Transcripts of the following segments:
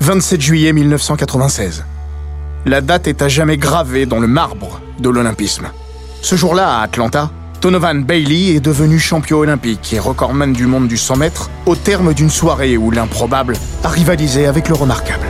27 juillet 1996. La date est à jamais gravée dans le marbre de l'olympisme. Ce jour-là, à Atlanta, Donovan Bailey est devenu champion olympique et recordman du monde du 100 mètres au terme d'une soirée où l'improbable a rivalisé avec le remarquable.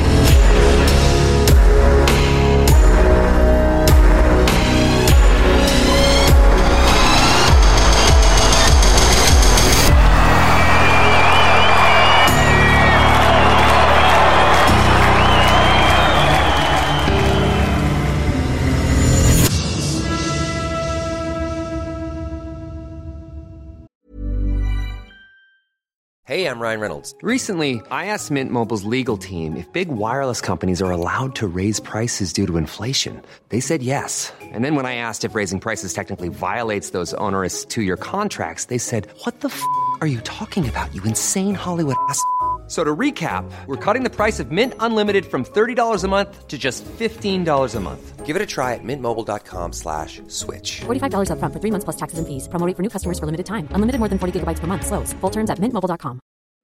Hey, I'm Ryan Reynolds. Recently, I asked Mint Mobile's legal team if big wireless companies are allowed to raise prices due to inflation. They said yes. And then when I asked if raising prices technically violates those onerous two-year contracts, they said, "What the f*** are you talking about, you insane Hollywood ass?" So to recap, we're cutting the price of Mint Unlimited from $30 a month to just $15 a month. Give it a try at mintmobile.com/switch. $45 up front for 3 months plus taxes and fees. Promo rate for new customers for limited time. Unlimited more than 40 gigabytes per month. Slows full terms at mintmobile.com.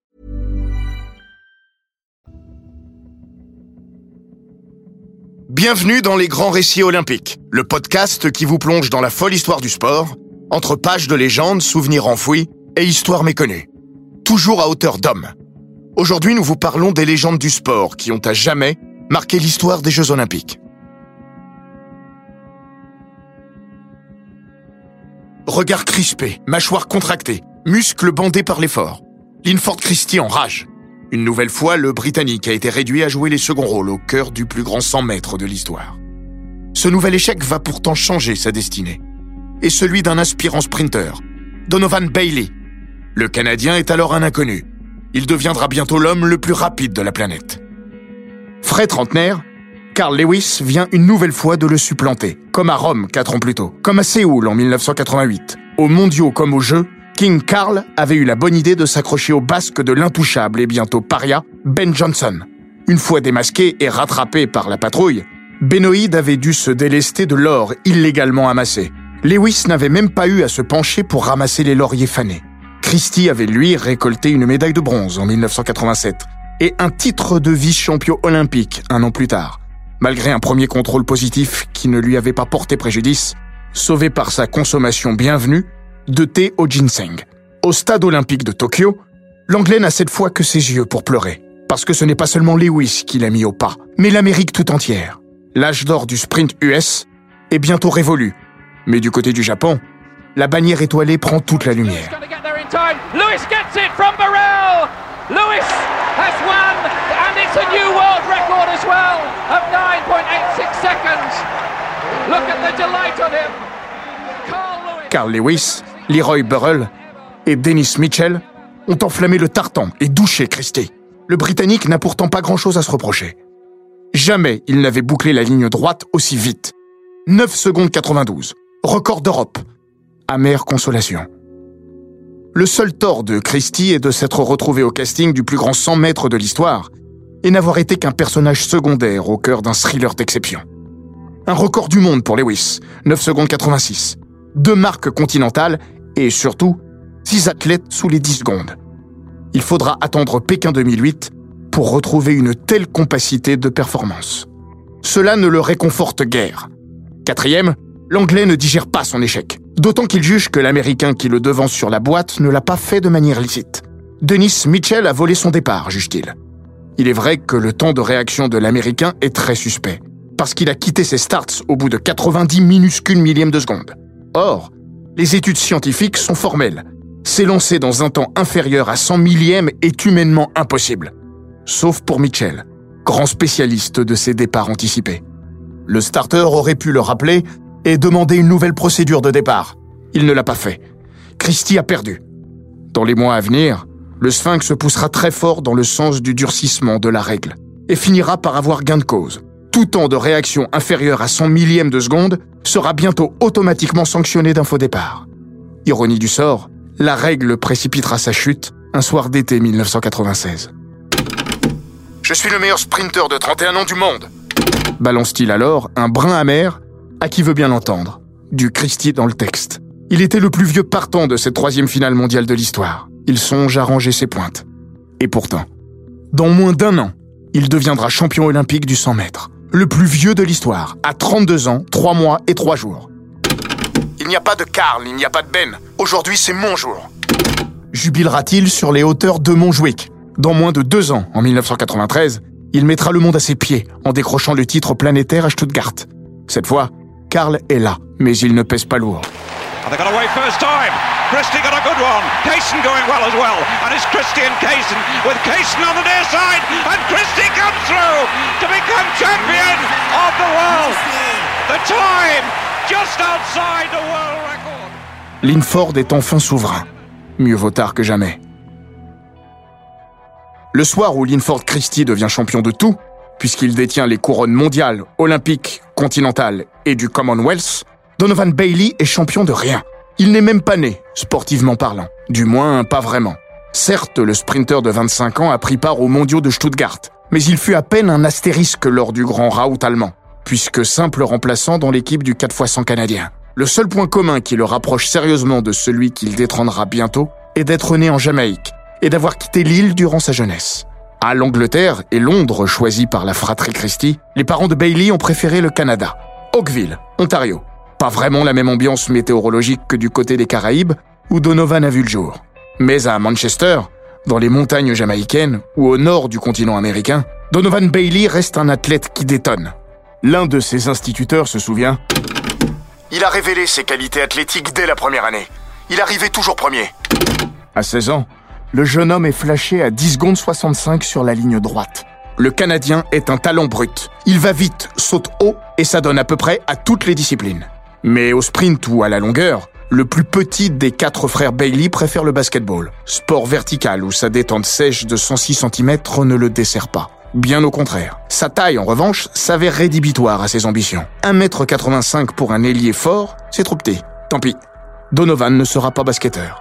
Bienvenue dans Les Grands Récits Olympiques, le podcast qui vous plonge dans la folle histoire du sport, entre pages de légendes, souvenirs enfouis et histoires méconnues. Toujours à hauteur d'homme. Aujourd'hui, nous vous parlons des légendes du sport qui ont à jamais marqué l'histoire des Jeux Olympiques. Regard crispé, mâchoire contractée, muscles bandés par l'effort. Linford Christie en rage. Une nouvelle fois, le Britannique a été réduit à jouer les seconds rôles au cœur du plus grand 100 mètres de l'histoire. Ce nouvel échec va pourtant changer sa destinée. Et celui d'un aspirant sprinter, Donovan Bailey. Le Canadien est alors un inconnu. Il deviendra bientôt l'homme le plus rapide de la planète. Frais trentenaire, Carl Lewis vient une nouvelle fois de le supplanter, comme à Rome 4 ans plus tôt, comme à Séoul en 1988. Aux mondiaux comme aux Jeux, King Carl avait eu la bonne idée de s'accrocher au basque de l'intouchable et bientôt paria, Ben Johnson. Une fois démasqué et rattrapé par la patrouille, Benoît avait dû se délester de l'or illégalement amassé. Lewis n'avait même pas eu à se pencher pour ramasser les lauriers fanés. Christie avait, lui, récolté une médaille de bronze en 1987 et un titre de vice-champion olympique un an plus tard. Malgré un premier contrôle positif qui ne lui avait pas porté préjudice, sauvé par sa consommation bienvenue de thé au ginseng. Au stade olympique de Tokyo, l'Anglais n'a cette fois que ses yeux pour pleurer. Parce que ce n'est pas seulement Lewis qui l'a mis au pas, mais l'Amérique tout entière. L'âge d'or du sprint US est bientôt révolu. Mais du côté du Japon, la bannière étoilée prend toute la lumière. Lewis gets it from Burrell. Lewis has won, and it's a new world record as well of 9.86 seconds. Look at the delight of him. Carl Lewis, Leroy Burrell et Dennis Mitchell ont enflammé le tartan et douché Christie. Le Britannique n'a pourtant pas grand-chose à se reprocher. Jamais il n'avait bouclé la ligne droite aussi vite. 9 secondes 92, record d'Europe. Amère consolation. Le seul tort de Christie est de s'être retrouvé au casting du plus grand 100 mètres de l'histoire et n'avoir été qu'un personnage secondaire au cœur d'un thriller d'exception. Un record du monde pour Lewis, 9 secondes 86. 2 marques continentales et surtout 6 athlètes sous les 10 secondes. Il faudra attendre Pékin 2008 pour retrouver une telle compacité de performance. Cela ne le réconforte guère. 4e, l'Anglais ne digère pas son échec. D'autant qu'il juge que l'Américain qui le devance sur la boîte ne l'a pas fait de manière licite. Dennis Mitchell a volé son départ, juge-t-il. Il est vrai que le temps de réaction de l'Américain est très suspect, parce qu'il a quitté ses starts au bout de 90 minuscules millièmes de seconde. Or, les études scientifiques sont formelles. S'élancer dans un temps inférieur à 100 millièmes est humainement impossible. Sauf pour Mitchell, grand spécialiste de ces départs anticipés. Le starter aurait pu le rappeler et demander une nouvelle procédure de départ. Il ne l'a pas fait. Christie a perdu. Dans les mois à venir, le Sphinx poussera très fort dans le sens du durcissement de la règle et finira par avoir gain de cause. Tout temps de réaction inférieur à 100 millièmes de seconde sera bientôt automatiquement sanctionné d'un faux départ. Ironie du sort, la règle précipitera sa chute un soir d'été 1996. « Je suis le meilleur sprinter de 31 ans du monde !» balance-t-il alors, un brin amer, à qui veut bien l'entendre, du Christie dans le texte. Il était le plus vieux partant de cette 3e finale mondiale de l'histoire. Il songe à ranger ses pointes. Et pourtant, dans moins d'1 an, il deviendra champion olympique du 100 mètres. Le plus vieux de l'histoire, à 32 ans, 3 mois et 3 jours. Il n'y a pas de Karl, il n'y a pas de Ben. Aujourd'hui, c'est mon jour. Jubilera-t-il sur les hauteurs de Montjuïc. Dans moins de 2 ans, en 1993, il mettra le monde à ses pieds en décrochant le titre planétaire à Stuttgart. Cette fois, Karl est là, mais il ne pèse pas lourd. They got away first time. Christie got a good one. Kaysen going well as well. And it's Christie and Kaysen with Kaysen on the near side. And Christie comes through to become champion of the world. The time just outside the world record. Linford est enfin souverain. Mieux vaut tard que jamais. Le soir où Linford Christie devient champion de tout, puisqu'il détient les couronnes mondiales, olympiques, continentales et du Commonwealth, Donovan Bailey est champion de rien. Il n'est même pas né, sportivement parlant. Du moins, pas vraiment. Certes, le sprinter de 25 ans a pris part aux mondiaux de Stuttgart, mais il fut à peine un astérisque lors du grand raout allemand, puisque simple remplaçant dans l'équipe du 4x100 canadien. Le seul point commun qui le rapproche sérieusement de celui qu'il détrônera bientôt est d'être né en Jamaïque et d'avoir quitté l'île durant sa jeunesse. À l'Angleterre et Londres, choisis par la fratrie Christie, les parents de Bailey ont préféré le Canada. Oakville, Ontario. Pas vraiment la même ambiance météorologique que du côté des Caraïbes, où Donovan a vu le jour. Mais à Manchester, dans les montagnes jamaïcaines ou au nord du continent américain, Donovan Bailey reste un athlète qui détonne. L'un de ses instituteurs se souvient. Il a révélé ses qualités athlétiques dès la première année. Il arrivait toujours premier. À 16 ans, le jeune homme est flashé à 10 secondes 65 sur la ligne droite. Le Canadien est un talent brut. Il va vite, saute haut et ça donne à peu près à toutes les disciplines. Mais au sprint ou à la longueur, le plus petit des 4 frères Bailey préfère le basketball. Sport vertical où sa détente sèche de 106 cm ne le dessert pas. Bien au contraire. Sa taille, en revanche, s'avère rédhibitoire à ses ambitions. 1,85 m pour un ailier fort, c'est trop petit. Tant pis. Donovan ne sera pas basketteur.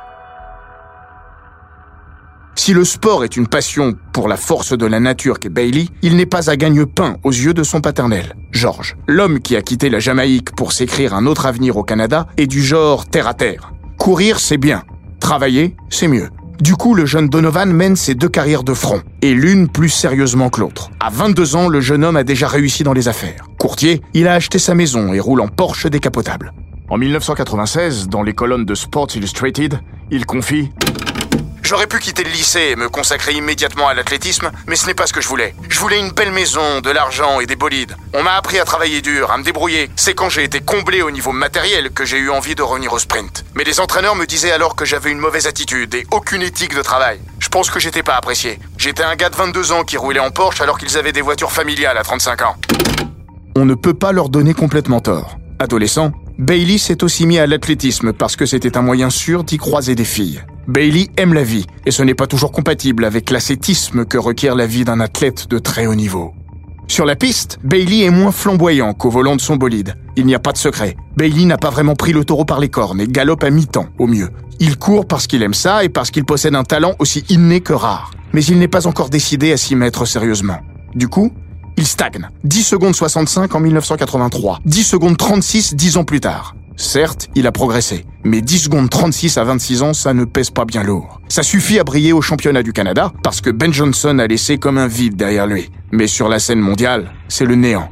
Si le sport est une passion pour la force de la nature qu'est Bailey, il n'est pas à gagne-pain aux yeux de son paternel, George. L'homme qui a quitté la Jamaïque pour s'écrire un autre avenir au Canada est du genre terre à terre. Courir, c'est bien. Travailler, c'est mieux. Du coup, le jeune Donovan mène ses 2 carrières de front, et l'une plus sérieusement que l'autre. À 22 ans, le jeune homme a déjà réussi dans les affaires. Courtier, il a acheté sa maison et roule en Porsche décapotable. En 1996, dans les colonnes de Sports Illustrated, il confie... J'aurais pu quitter le lycée et me consacrer immédiatement à l'athlétisme, mais ce n'est pas ce que je voulais. Je voulais une belle maison, de l'argent et des bolides. On m'a appris à travailler dur, à me débrouiller. C'est quand j'ai été comblé au niveau matériel que j'ai eu envie de revenir au sprint. Mais les entraîneurs me disaient alors que j'avais une mauvaise attitude et aucune éthique de travail. Je pense que j'étais pas apprécié. J'étais un gars de 22 ans qui roulait en Porsche alors qu'ils avaient des voitures familiales à 35 ans. On ne peut pas leur donner complètement tort. Adolescent, Bailey s'est aussi mis à l'athlétisme parce que c'était un moyen sûr d'y croiser des filles. Bailey aime la vie, et ce n'est pas toujours compatible avec l'ascétisme que requiert la vie d'un athlète de très haut niveau. Sur la piste, Bailey est moins flamboyant qu'au volant de son bolide. Il n'y a pas de secret. Bailey n'a pas vraiment pris le taureau par les cornes et galope à mi-temps, au mieux. Il court parce qu'il aime ça et parce qu'il possède un talent aussi inné que rare. Mais il n'est pas encore décidé à s'y mettre sérieusement. Du coup, il stagne. 10 secondes 65 en 1983. 10 secondes 36 10 ans plus tard. Certes, il a progressé, mais 10 secondes 36 à 26 ans, ça ne pèse pas bien lourd. Ça suffit à briller au championnat du Canada, parce que Ben Johnson a laissé comme un vide derrière lui. Mais sur la scène mondiale, c'est le néant.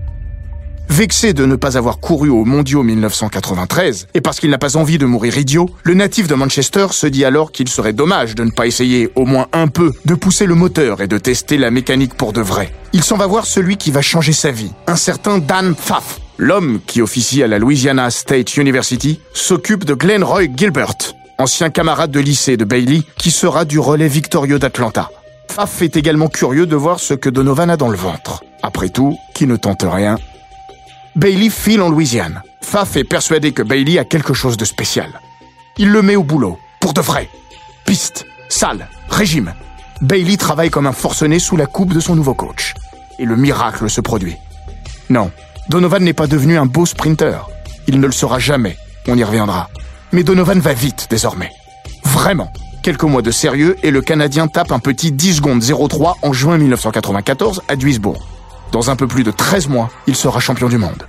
Vexé de ne pas avoir couru aux mondiaux 1993, et parce qu'il n'a pas envie de mourir idiot, le natif de Manchester se dit alors qu'il serait dommage de ne pas essayer, au moins un peu, de pousser le moteur et de tester la mécanique pour de vrai. Il s'en va voir celui qui va changer sa vie, un certain Dan Pfaff. L'homme, qui officie à la Louisiana State University, s'occupe de Glenn Roy Gilbert, ancien camarade de lycée de Bailey, qui sera du relais victorieux d'Atlanta. Pfaff est également curieux de voir ce que Donovan a dans le ventre. Après tout, qui ne tente rien. Bailey file en Louisiane. Pfaff est persuadé que Bailey a quelque chose de spécial. Il le met au boulot, pour de vrai. Piste, salle, régime. Bailey travaille comme un forcené sous la coupe de son nouveau coach. Et le miracle se produit. Non. Donovan n'est pas devenu un beau sprinter. Il ne le sera jamais, on y reviendra. Mais Donovan va vite, désormais. Vraiment. Quelques mois de sérieux et le Canadien tape un petit 10 secondes 03 en juin 1994 à Duisbourg. Dans un peu plus de 13 mois, il sera champion du monde.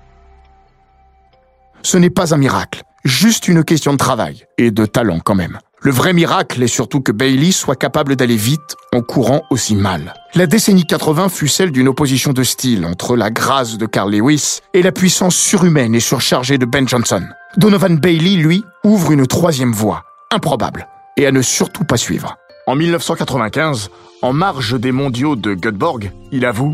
Ce n'est pas un miracle, juste une question de travail, et de talent quand même. Le vrai miracle est surtout que Bayley soit capable d'aller vite en courant aussi mal. La décennie 80 fut celle d'une opposition de style entre la grâce de Carl Lewis et la puissance surhumaine et surchargée de Ben Johnson. Donovan Bayley, lui, ouvre une troisième voie, improbable, et à ne surtout pas suivre. En 1995, en marge des mondiaux de Göteborg, il avoue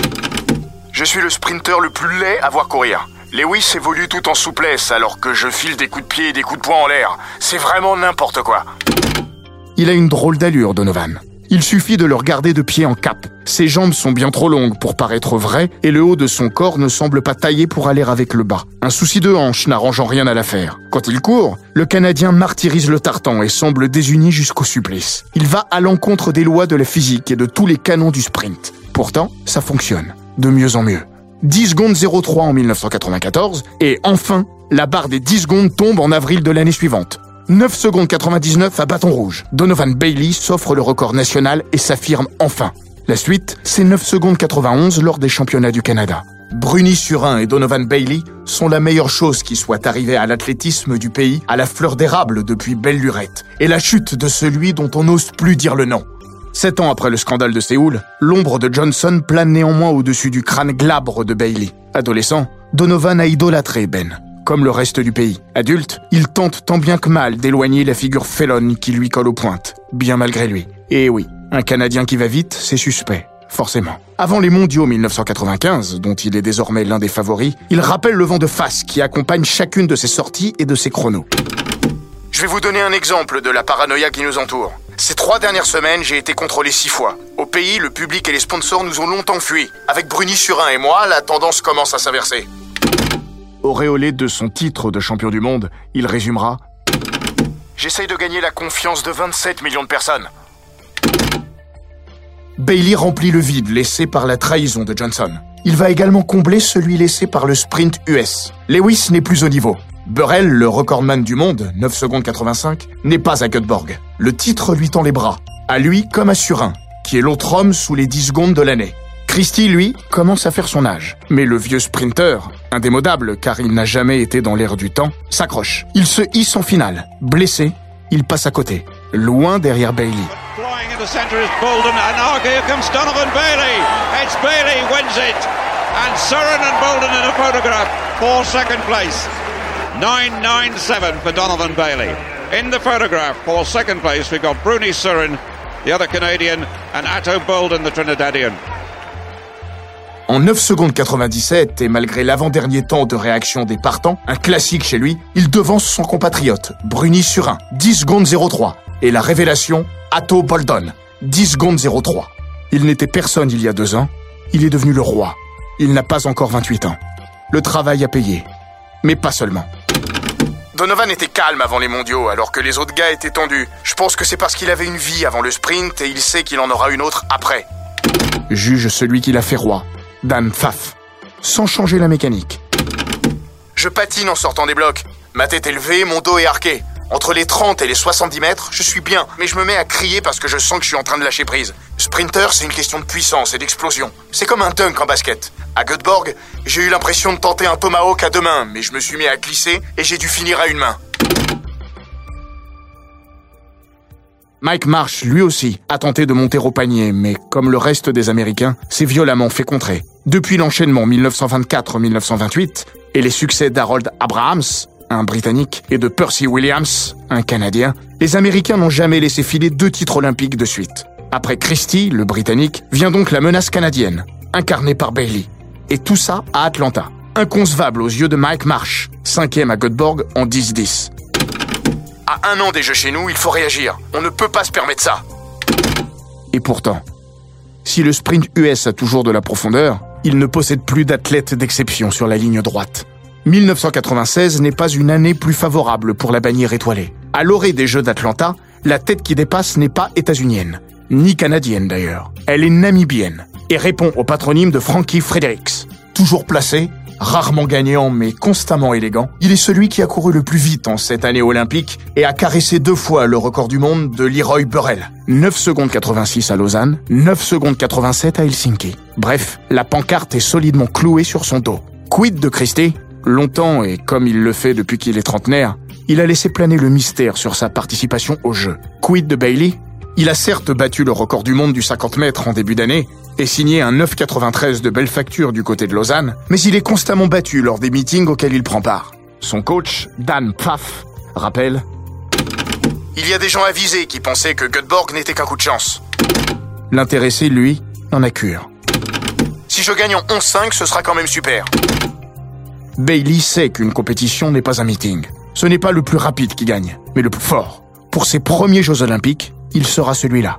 « Je suis le sprinter le plus laid à voir courir. Lewis évolue tout en souplesse alors que je file des coups de pied et des coups de poing en l'air. C'est vraiment n'importe quoi. » Il a une drôle d'allure, Donovan. Il suffit de le regarder de pied en cap. Ses jambes sont bien trop longues pour paraître vraies et le haut de son corps ne semble pas taillé pour aller avec le bas. Un souci de hanche n'arrangeant rien à l'affaire. Quand il court, le Canadien martyrise le tartan et semble désuni jusqu'au supplice. Il va à l'encontre des lois de la physique et de tous les canons du sprint. Pourtant, ça fonctionne. De mieux en mieux. 10 secondes 03 en 1994 et enfin, la barre des 10 secondes tombe en avril de l'année suivante. 9 secondes 99 à bâton rouge. Donovan Bayley s'offre le record national et s'affirme enfin. La suite, c'est 9 secondes 91 lors des championnats du Canada. Bruni Surin et Donovan Bayley sont la meilleure chose qui soit arrivée à l'athlétisme du pays à la fleur d'érable depuis belle lurette et la chute de celui dont on n'ose plus dire le nom. 7 ans après le scandale de Séoul, l'ombre de Johnson plane néanmoins au-dessus du crâne glabre de Bayley. Adolescent, Donovan a idolâtré Ben. Comme le reste du pays. Adulte, il tente tant bien que mal d'éloigner la figure félonne qui lui colle aux pointes, bien malgré lui. Et oui, un Canadien qui va vite, c'est suspect, forcément. Avant les mondiaux 1995, dont il est désormais l'un des favoris, il rappelle le vent de face qui accompagne chacune de ses sorties et de ses chronos. Je vais vous donner un exemple de la paranoïa qui nous entoure. Ces 3 dernières semaines, j'ai été contrôlé 6 fois. Au pays, le public et les sponsors nous ont longtemps fui. Avec Bruni Surin et moi, la tendance commence à s'inverser. Auréolé de son titre de champion du monde, il résumera « J'essaye de gagner la confiance de 27 millions de personnes. » Bayley remplit le vide laissé par la trahison de Johnson. Il va également combler celui laissé par le sprint US. Lewis n'est plus au niveau. Burrell, le recordman du monde, 9 secondes 85, n'est pas à Göteborg. Le titre lui tend les bras, à lui comme à Surin, qui est l'autre homme sous les 10 secondes de l'année. Christie, lui, commence à faire son âge. Mais le vieux sprinter, indémodable car il n'a jamais été dans l'air du temps, s'accroche. Il se hisse en finale. Blessé, il passe à côté, loin derrière Bayley. Flying in the centre is Bolden, and now here comes Donovan Bayley. It's Bayley wins it, and Surin and Bolden in a photograph for second place. 9.97 for Donovan Bayley. In the photograph for second place, we've got Bruni Surin, the other Canadian, and Atto Bolden, the Trinidadian. En 9 secondes 97, et malgré l'avant-dernier temps de réaction des partants, un classique chez lui, il devance son compatriote, Bruni Surin, 10 secondes 03. Et la révélation, Atto Bolden, 10 secondes 03. Il n'était personne il y a 2 ans, il est devenu le roi. Il n'a pas encore 28 ans. Le travail a payé, mais pas seulement. Donovan était calme avant les mondiaux, alors que les autres gars étaient tendus. Je pense que c'est parce qu'il avait une vie avant le sprint et il sait qu'il en aura une autre après. Juge celui qui l'a fait roi. Dan Pfaff, sans changer la mécanique. Je patine en sortant des blocs. Ma tête est levée, mon dos est arqué. Entre les 30 et les 70 mètres, je suis bien, mais je me mets à crier parce que je sens que je suis en train de lâcher prise. Sprinter, c'est une question de puissance et d'explosion. C'est comme un dunk en basket. À Göteborg, j'ai eu l'impression de tenter un tomahawk à 2 mains, mais je me suis mis à glisser et j'ai dû finir à 1 main. Mike Marsh, lui aussi, a tenté de monter au panier, mais comme le reste des Américains, s'est violemment fait contrer. Depuis l'enchaînement 1924-1928 et les succès d'Harold Abrahams, un Britannique, et de Percy Williams, un Canadien, les Américains n'ont jamais laissé filer 2 titres olympiques de suite. Après Christie, le Britannique, vient donc la menace canadienne, incarnée par Bayley. Et tout ça à Atlanta. Inconcevable aux yeux de Mike Marsh, 5e à Göteborg en 10-10. À 1 an des Jeux chez nous, il faut réagir. On ne peut pas se permettre ça. Et pourtant, si le sprint US a toujours de la profondeur, il ne possède plus d'athlètes d'exception sur la ligne droite. 1996 n'est pas une année plus favorable pour la bannière étoilée. À l'orée des Jeux d'Atlanta, la tête qui dépasse n'est pas états-unienne, ni canadienne d'ailleurs. Elle est namibienne et répond au patronyme de Frankie Fredericks. Toujours placé, rarement gagnant mais constamment élégant, il est celui qui a couru le plus vite en cette année olympique et a caressé 2 fois le record du monde de Leroy Burrell. 9 secondes 86 à Lausanne, 9 secondes 87 à Helsinki. Bref, la pancarte est solidement clouée sur son dos. Quid de Christie ? Longtemps, et comme il le fait depuis qu'il est trentenaire, il a laissé planer le mystère sur sa participation au jeu. Quid de Bayley? Il a certes battu le record du monde du 50 mètres en début d'année et signé un 9,93 de belle facture du côté de Lausanne, mais il est constamment battu lors des meetings auxquels il prend part. Son coach, Dan Pfaff, rappelle: il y a des gens avisés qui pensaient que Göteborg n'était qu'un coup de chance. L'intéressé, lui, n'en a cure. Si je gagne en 11,5, ce sera quand même super. Bayley sait qu'une compétition n'est pas un meeting. Ce n'est pas le plus rapide qui gagne, mais le plus fort. Pour ses premiers Jeux Olympiques, il sera celui-là.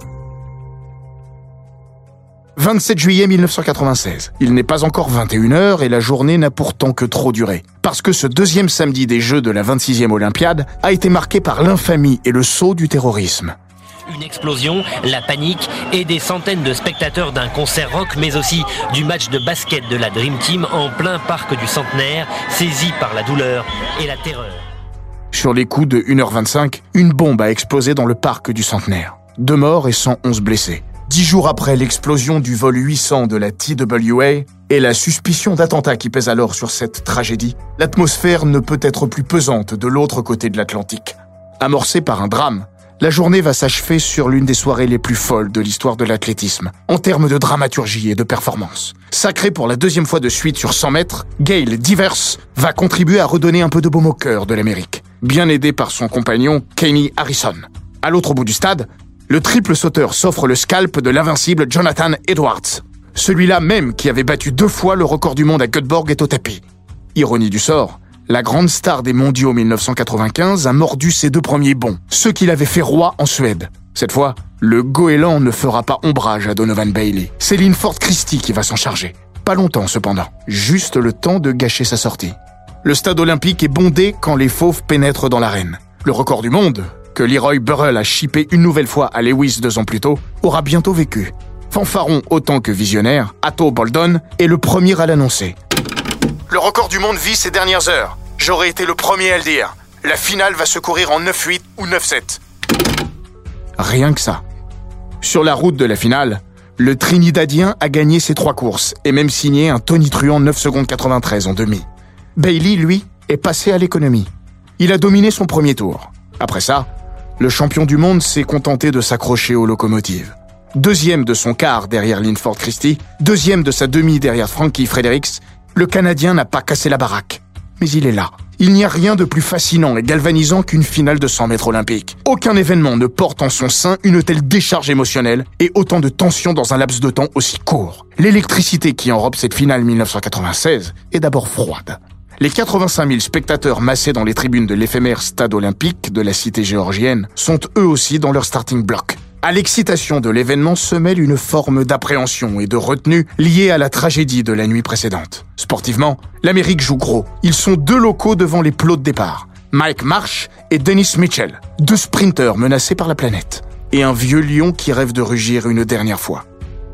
27 juillet 1996. Il n'est pas encore 21h et la journée n'a pourtant que trop duré. Parce que ce deuxième samedi des Jeux de la 26e Olympiade a été marqué par l'infamie et le sceau du terrorisme. Une explosion, la panique et des centaines de spectateurs d'un concert rock, mais aussi du match de basket de la Dream Team en plein parc du Centenaire, saisis par la douleur et la terreur. Sur les coups de 1h25, une bombe a explosé dans le parc du Centenaire. 2 morts et 111 blessés. 10 jours après l'explosion du vol 800 de la TWA et la suspicion d'attentat qui pèse alors sur cette tragédie, l'atmosphère ne peut être plus pesante de l'autre côté de l'Atlantique. Amorcée par un drame, la journée va s'achever sur l'une des soirées les plus folles de l'histoire de l'athlétisme, en termes de dramaturgie et de performance. Sacré pour la 2e fois de suite sur 100 mètres, Gail Divers va contribuer à redonner un peu de baume au cœur de l'Amérique, bien aidé par son compagnon Kenny Harrison. À l'autre bout du stade, le triple sauteur s'offre le scalp de l'invincible Jonathan Edwards. Celui-là même qui avait battu 2 fois le record du monde à Göteborg est au tapis. Ironie du sort, la grande star des mondiaux 1995 a mordu ses 2 premiers bonds, ceux qu'il avait fait roi en Suède. Cette fois, le goéland ne fera pas ombrage à Donovan Bayley. C'est Linford Christie qui va s'en charger. Pas longtemps cependant, juste le temps de gâcher sa sortie. Le stade olympique est bondé quand les fauves pénètrent dans l'arène. Le record du monde, que Leroy Burrell a chippé une nouvelle fois à Lewis 2 ans plus tôt, aura bientôt vécu. Fanfaron autant que visionnaire, Ato Boldon est le premier à l'annoncer. Le record du monde vit ces dernières heures. J'aurais été le premier à le dire. La finale va se courir en 9-8 ou 9-7. Rien que ça. Sur la route de la finale, le Trinidadien a gagné ses 3 courses et même signé un tonitruant 9 secondes 93 en demi. Bayley, lui, est passé à l'économie. Il a dominé son premier tour. Après ça, le champion du monde s'est contenté de s'accrocher aux locomotives. 2e de son quart derrière Linford Christie, 2e de sa demi derrière Frankie Fredericks, le Canadien n'a pas cassé la baraque. Mais il est là. Il n'y a rien de plus fascinant et galvanisant qu'une finale de 100 mètres olympique. Aucun événement ne porte en son sein une telle décharge émotionnelle et autant de tension dans un laps de temps aussi court. L'électricité qui enrobe cette finale 1996 est d'abord froide. Les 85 000 spectateurs massés dans les tribunes de l'éphémère stade olympique de la cité géorgienne sont eux aussi dans leur starting block. À l'excitation de l'événement se mêle une forme d'appréhension et de retenue liée à la tragédie de la nuit précédente. Sportivement, l'Amérique joue gros. Ils sont 2 locaux devant les plots de départ. Mike Marsh et Dennis Mitchell, 2 sprinteurs menacés par la planète. Et un vieux lion qui rêve de rugir une dernière fois.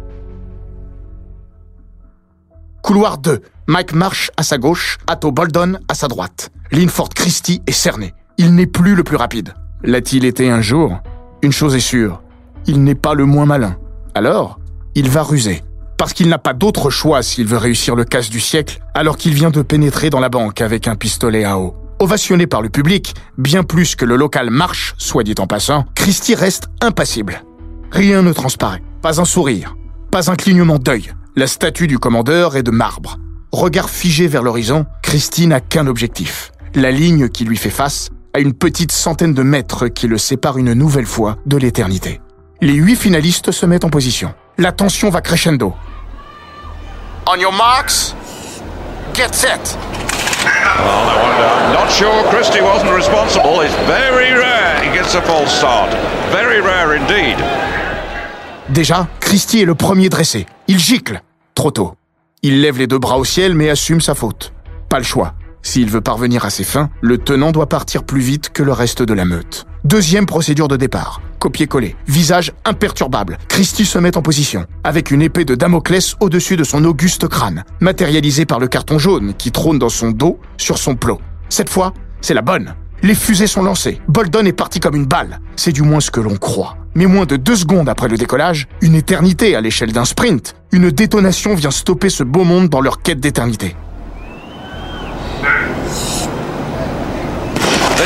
Couloir 2. Mike Marsh à sa gauche, Ato Boldon à sa droite. Linford Christie est cerné. Il n'est plus le plus rapide. L'a-t-il été un jour? Une chose est sûre. Il n'est pas le moins malin. Alors, il va ruser. Parce qu'il n'a pas d'autre choix s'il veut réussir le casse du siècle, alors qu'il vient de pénétrer dans la banque avec un pistolet à eau. Ovationné par le public, bien plus que le local Marsh, soit dit en passant, Christie reste impassible. Rien ne transparaît. Pas un sourire. Pas un clignement d'œil. La statue du commandeur est de marbre. Regard figé vers l'horizon, Christie n'a qu'un objectif. La ligne qui lui fait face à une petite centaine de mètres qui le sépare une nouvelle fois de l'éternité. Les 8 finalistes se mettent en position. La tension va crescendo. On your marks, get set. Well, not sure Christie wasn't responsible. It's very rare he gets a false start. Very rare indeed. Déjà, Christie est le premier dressé. Il gicle. Trop tôt. Il lève les 2 bras au ciel mais assume sa faute. Pas le choix. S'il veut parvenir à ses fins, le tenant doit partir plus vite que le reste de la meute. 2e procédure de départ. Copier-coller. Visage imperturbable. Christie se met en position, avec une épée de Damoclès au-dessus de son auguste crâne, matérialisée par le carton jaune qui trône dans son dos sur son plot. Cette fois, c'est la bonne. Les fusées sont lancées. Boldon est parti comme une balle. C'est du moins ce que l'on croit. Mais moins de 2 secondes après le décollage, une éternité à l'échelle d'un sprint, une détonation vient stopper ce beau monde dans leur quête d'éternité. This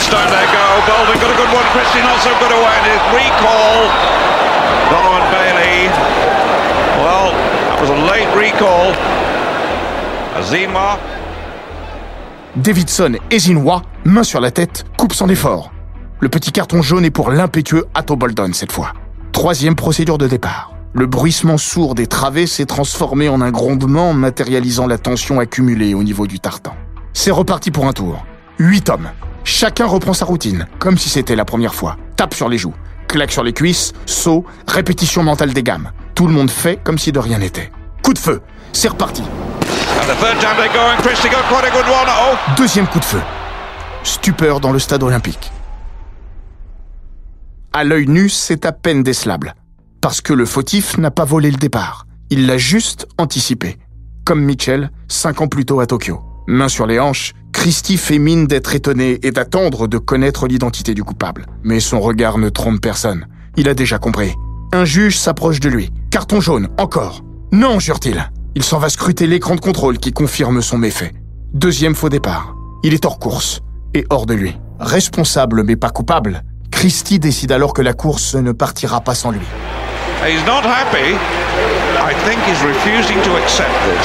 this time they go. Baldwin got a good one. Christie not so good away. And his recall. Donovan Bailey. Well, that was a late recall. Azima. Davidson et Zinwa, main sur la tête, coupent sans effort. Le petit carton jaune est pour l'impétueux Atto Boldon cette fois. 3e procédure de départ. Le bruissement sourd des travées s'est transformé en un grondement matérialisant la tension accumulée au niveau du tartan. C'est reparti pour un tour. 8 hommes. Chacun reprend sa routine, comme si c'était la première fois. Tape sur les joues, claque sur les cuisses, saut, répétition mentale des gammes. Tout le monde fait comme si de rien n'était. Coup de feu, c'est reparti. Deuxième coup de feu. Stupeur dans le stade olympique. À l'œil nu, c'est à peine décelable. Parce que le fautif n'a pas volé le départ. Il l'a juste anticipé. Comme Mitchell, 5 ans plus tôt à Tokyo. Main sur les hanches, Christie fait mine d'être étonné et d'attendre de connaître l'identité du coupable. Mais son regard ne trompe personne. Il a déjà compris. Un juge s'approche de lui. Carton jaune, encore. Non, jure-t-il. Il s'en va scruter l'écran de contrôle qui confirme son méfait. Deuxième faux départ. Il est hors course et hors de lui. Responsable mais pas coupable, Christie décide alors que la course ne partira pas sans lui. He's not happy. I think he's refusing to accept this.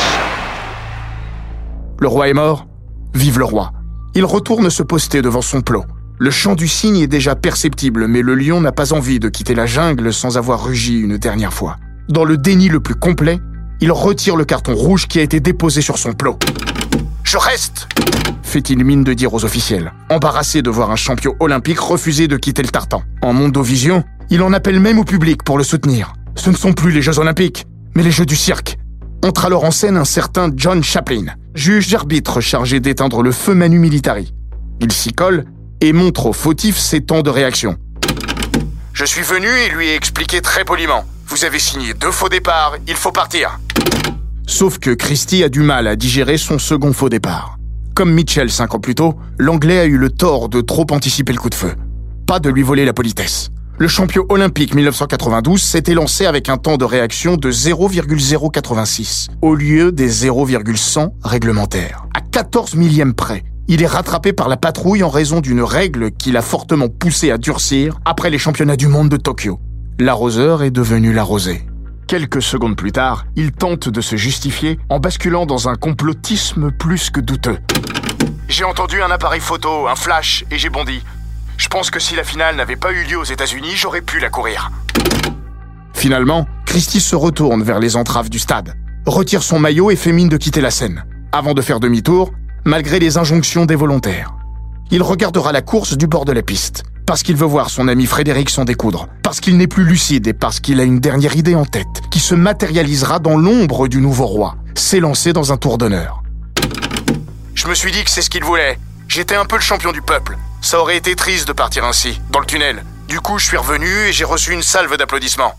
Le roi est mort. Vive le roi. Il retourne se poster devant son plot. Le chant du cygne est déjà perceptible, mais le lion n'a pas envie de quitter la jungle sans avoir rugi une dernière fois. Dans le déni le plus complet, il retire le carton rouge qui a été déposé sur son plot. « Je reste !» fait-il mine de dire aux officiels, embarrassé de voir un champion olympique refuser de quitter le tartan. En mondovision, il en appelle même au public pour le soutenir. Ce ne sont plus les Jeux olympiques, mais les Jeux du cirque. Entre alors en scène un certain John Chaplin, juge d'arbitre chargé d'éteindre le feu manu militari. Il s'y colle et montre au fautif ses temps de réaction. « Je suis venu et lui ai expliqué très poliment. Vous avez signé 2 faux départs, il faut partir. » Sauf que Christie a du mal à digérer son second faux départ. Comme Mitchell 5 ans plus tôt, l'Anglais a eu le tort de trop anticiper le coup de feu. Pas de lui voler la politesse. Le champion olympique 1992 s'était lancé avec un temps de réaction de 0,086 au lieu des 0,100 réglementaires. À 14 millièmes près, il est rattrapé par la patrouille en raison d'une règle qui l'a fortement poussé à durcir après les championnats du monde de Tokyo. L'arroseur est devenu l'arrosé. Quelques secondes plus tard, il tente de se justifier en basculant dans un complotisme plus que douteux. J'ai entendu un appareil photo, un flash, et j'ai bondi. Je pense que si la finale n'avait pas eu lieu aux États-Unis, j'aurais pu la courir. Finalement, Christie se retourne vers les entraves du stade, retire son maillot et fait mine de quitter la scène, avant de faire demi-tour, malgré les injonctions des volontaires. Il regardera la course du bord de la piste, parce qu'il veut voir son ami Frédéric s'en découdre, parce qu'il n'est plus lucide et parce qu'il a une dernière idée en tête, qui se matérialisera dans l'ombre du nouveau roi, s'élancer dans un tour d'honneur. Je me suis dit que c'est ce qu'il voulait. J'étais un peu le champion du peuple. Ça aurait été triste de partir ainsi, dans le tunnel. Du coup, je suis revenu et j'ai reçu une salve d'applaudissements.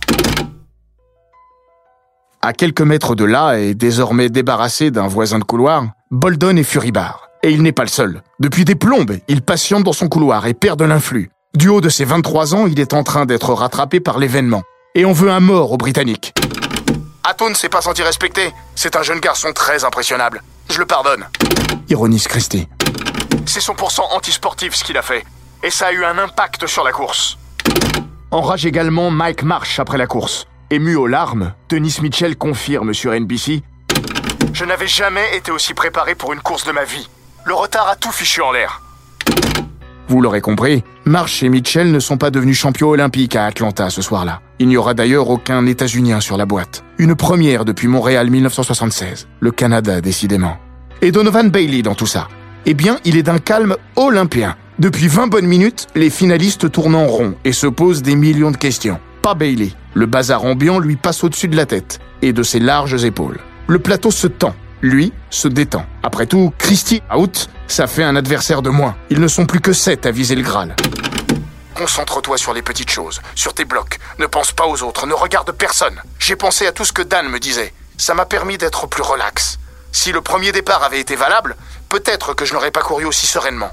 À quelques mètres de là, et désormais débarrassé d'un voisin de couloir, Boldon est furibard. Et il n'est pas le seul. Depuis des plombes, il patiente dans son couloir et perd de l'influx. Du haut de ses 23 ans, il est en train d'être rattrapé par l'événement. Et on veut un mort aux Britanniques. Atto ne s'est pas senti respecté. C'est un jeune garçon très impressionnable. Je le pardonne. Ironise Christie. C'est son pourcent antisportif ce qu'il a fait. Et ça a eu un impact sur la course. Enrage également Mike Marsh après la course. Ému aux larmes, Dennis Mitchell confirme sur NBC « Je n'avais jamais été aussi préparé pour une course de ma vie. Le retard a tout fichu en l'air. » Vous l'aurez compris, Marsh et Mitchell ne sont pas devenus champions olympiques à Atlanta ce soir-là. Il n'y aura d'ailleurs aucun États-Unien sur la boîte. Une première depuis Montréal 1976. Le Canada, décidément. Et Donovan Bailey dans tout ça. Eh bien, il est d'un calme olympien. Depuis 20 bonnes minutes, les finalistes tournent en rond et se posent des millions de questions. Pas Bailey. Le bazar ambiant lui passe au-dessus de la tête et de ses larges épaules. Le plateau se tend. Lui se détend. Après tout, Christie out, ça fait un adversaire de moins. Ils ne sont plus que 7 à viser le Graal. Concentre-toi sur les petites choses, sur tes blocs. Ne pense pas aux autres, ne regarde personne. J'ai pensé à tout ce que Dan me disait. Ça m'a permis d'être plus relax. Si le premier départ avait été valable, peut-être que je n'aurais pas couru aussi sereinement.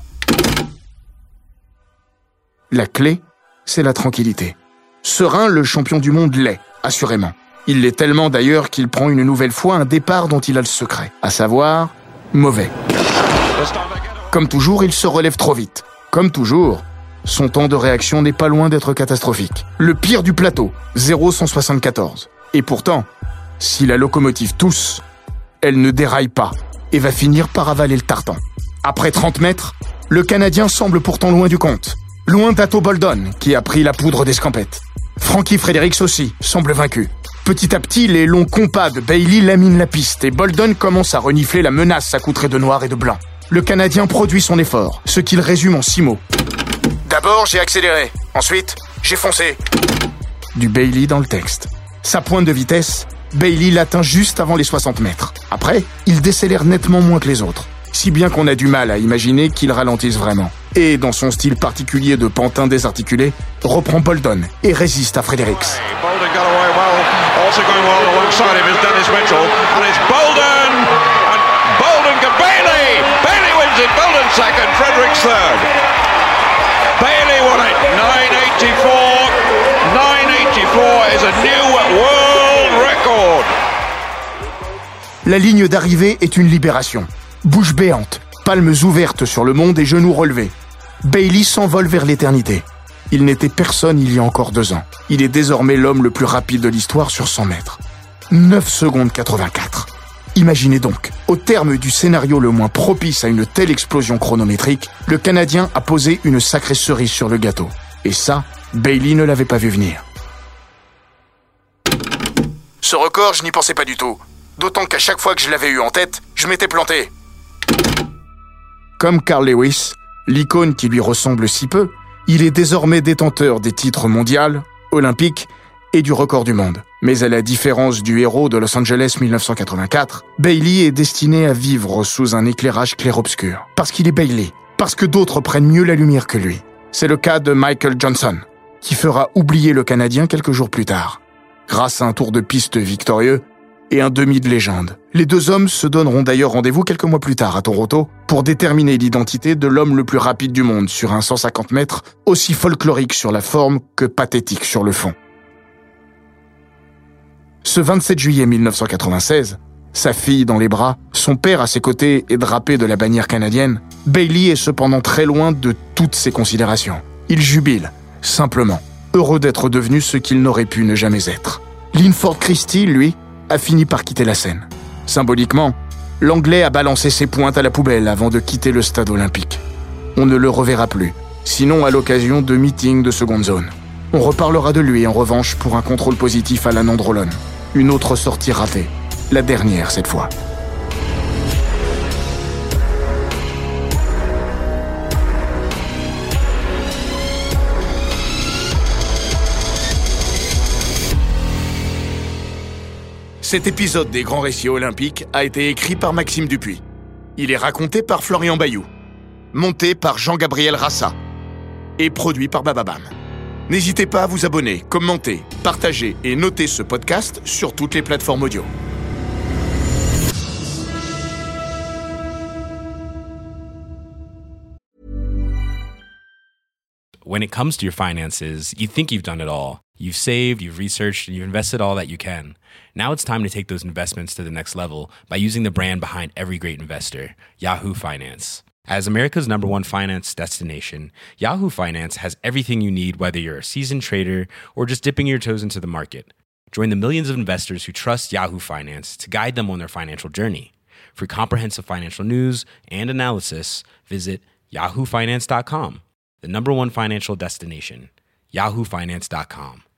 La clé, c'est la tranquillité. Serein, le champion du monde l'est, assurément. Il l'est tellement d'ailleurs qu'il prend une nouvelle fois un départ dont il a le secret, à savoir, mauvais. Comme toujours, il se relève trop vite. Comme toujours, son temps de réaction n'est pas loin d'être catastrophique. Le pire du plateau, 0,174. Et pourtant, si la locomotive tousse, elle ne déraille pas et va finir par avaler le tartan. Après 30 mètres, le Canadien semble pourtant loin du compte. Loin d'Atto Boldon, qui a pris la poudre d'escampette. Frankie Fredericks aussi semble vaincu. Petit à petit, les longs compas de Bailey laminent la piste et Boldon commence à renifler la menace accoutrée de noir et de blanc. Le Canadien produit son effort, ce qu'il résume en 6 mots. D'abord, j'ai accéléré. Ensuite, j'ai foncé. Du Bailey dans le texte. Sa pointe de vitesse, Bailey l'atteint juste avant les 60 mètres. Après, il décélère nettement moins que les autres. Si bien qu'on a du mal à imaginer qu'il ralentisse vraiment. Et dans son style particulier de pantin désarticulé, reprend Boldon et résiste à Fredericks. Boldon got away well. Also going well alongside him is Dennis Mitchell. And it's Boldon! And Boldon got Bailey! Bailey wins it. Boldon second. Fredericks third. Bailey won it. 9.84. 9.84 is a new world record. La ligne d'arrivée est une libération. Bouche béante, palmes ouvertes sur le monde et genoux relevés. Bailey s'envole vers l'éternité. Il n'était personne il y a encore 2 ans. Il est désormais l'homme le plus rapide de l'histoire sur 100 mètres. 9 secondes 84. Imaginez donc, au terme du scénario le moins propice à une telle explosion chronométrique, le Canadien a posé une sacrée cerise sur le gâteau. Et ça, Bailey ne l'avait pas vu venir. Ce record, je n'y pensais pas du tout. D'autant qu'à chaque fois que je l'avais eu en tête, je m'étais planté. Comme Carl Lewis, l'icône qui lui ressemble si peu, il est désormais détenteur des titres mondiaux, olympiques et du record du monde. Mais à la différence du héros de Los Angeles 1984, Bailey est destiné à vivre sous un éclairage clair-obscur. Parce qu'il est Bailey, parce que d'autres prennent mieux la lumière que lui. C'est le cas de Michael Johnson, qui fera oublier le Canadien quelques jours plus tard. Grâce à un tour de piste victorieux, et un demi de légende. Les 2 hommes se donneront d'ailleurs rendez-vous quelques mois plus tard à Toronto pour déterminer l'identité de l'homme le plus rapide du monde sur un 150 mètres, aussi folklorique sur la forme que pathétique sur le fond. Ce 27 juillet 1996, sa fille dans les bras, son père à ses côtés et drapé de la bannière canadienne, Bailey est cependant très loin de toutes ces considérations. Il jubile, simplement, heureux d'être devenu ce qu'il n'aurait pu ne jamais être. Linford Christie, lui, a fini par quitter la scène. Symboliquement, l'Anglais a balancé ses pointes à la poubelle avant de quitter le stade olympique. On ne le reverra plus, sinon à l'occasion de meetings de seconde zone. On reparlera de lui en revanche pour un contrôle positif à la nandrolone. Une autre sortie ratée, la dernière cette fois. Cet épisode des Grands Récits Olympiques a été écrit par Maxime Dupuis. Il est raconté par Florian Bayou, monté par Jean-Gabriel Rassa et produit par Bababam. N'hésitez pas à vous abonner, commenter, partager et noter ce podcast sur toutes les plateformes audio. When it comes to your finances, you think you've done it all. You've saved, you've researched, and you've invested all that you can. Now it's time to take those investments to the next level by using the brand behind every great investor, Yahoo Finance. As America's #1 finance destination, Yahoo Finance has everything you need, whether you're a seasoned trader or just dipping your toes into the market. Join the millions of investors who trust Yahoo Finance to guide them on their financial journey. For comprehensive financial news and analysis, visit yahoofinance.com, the #1 financial destination, yahoofinance.com.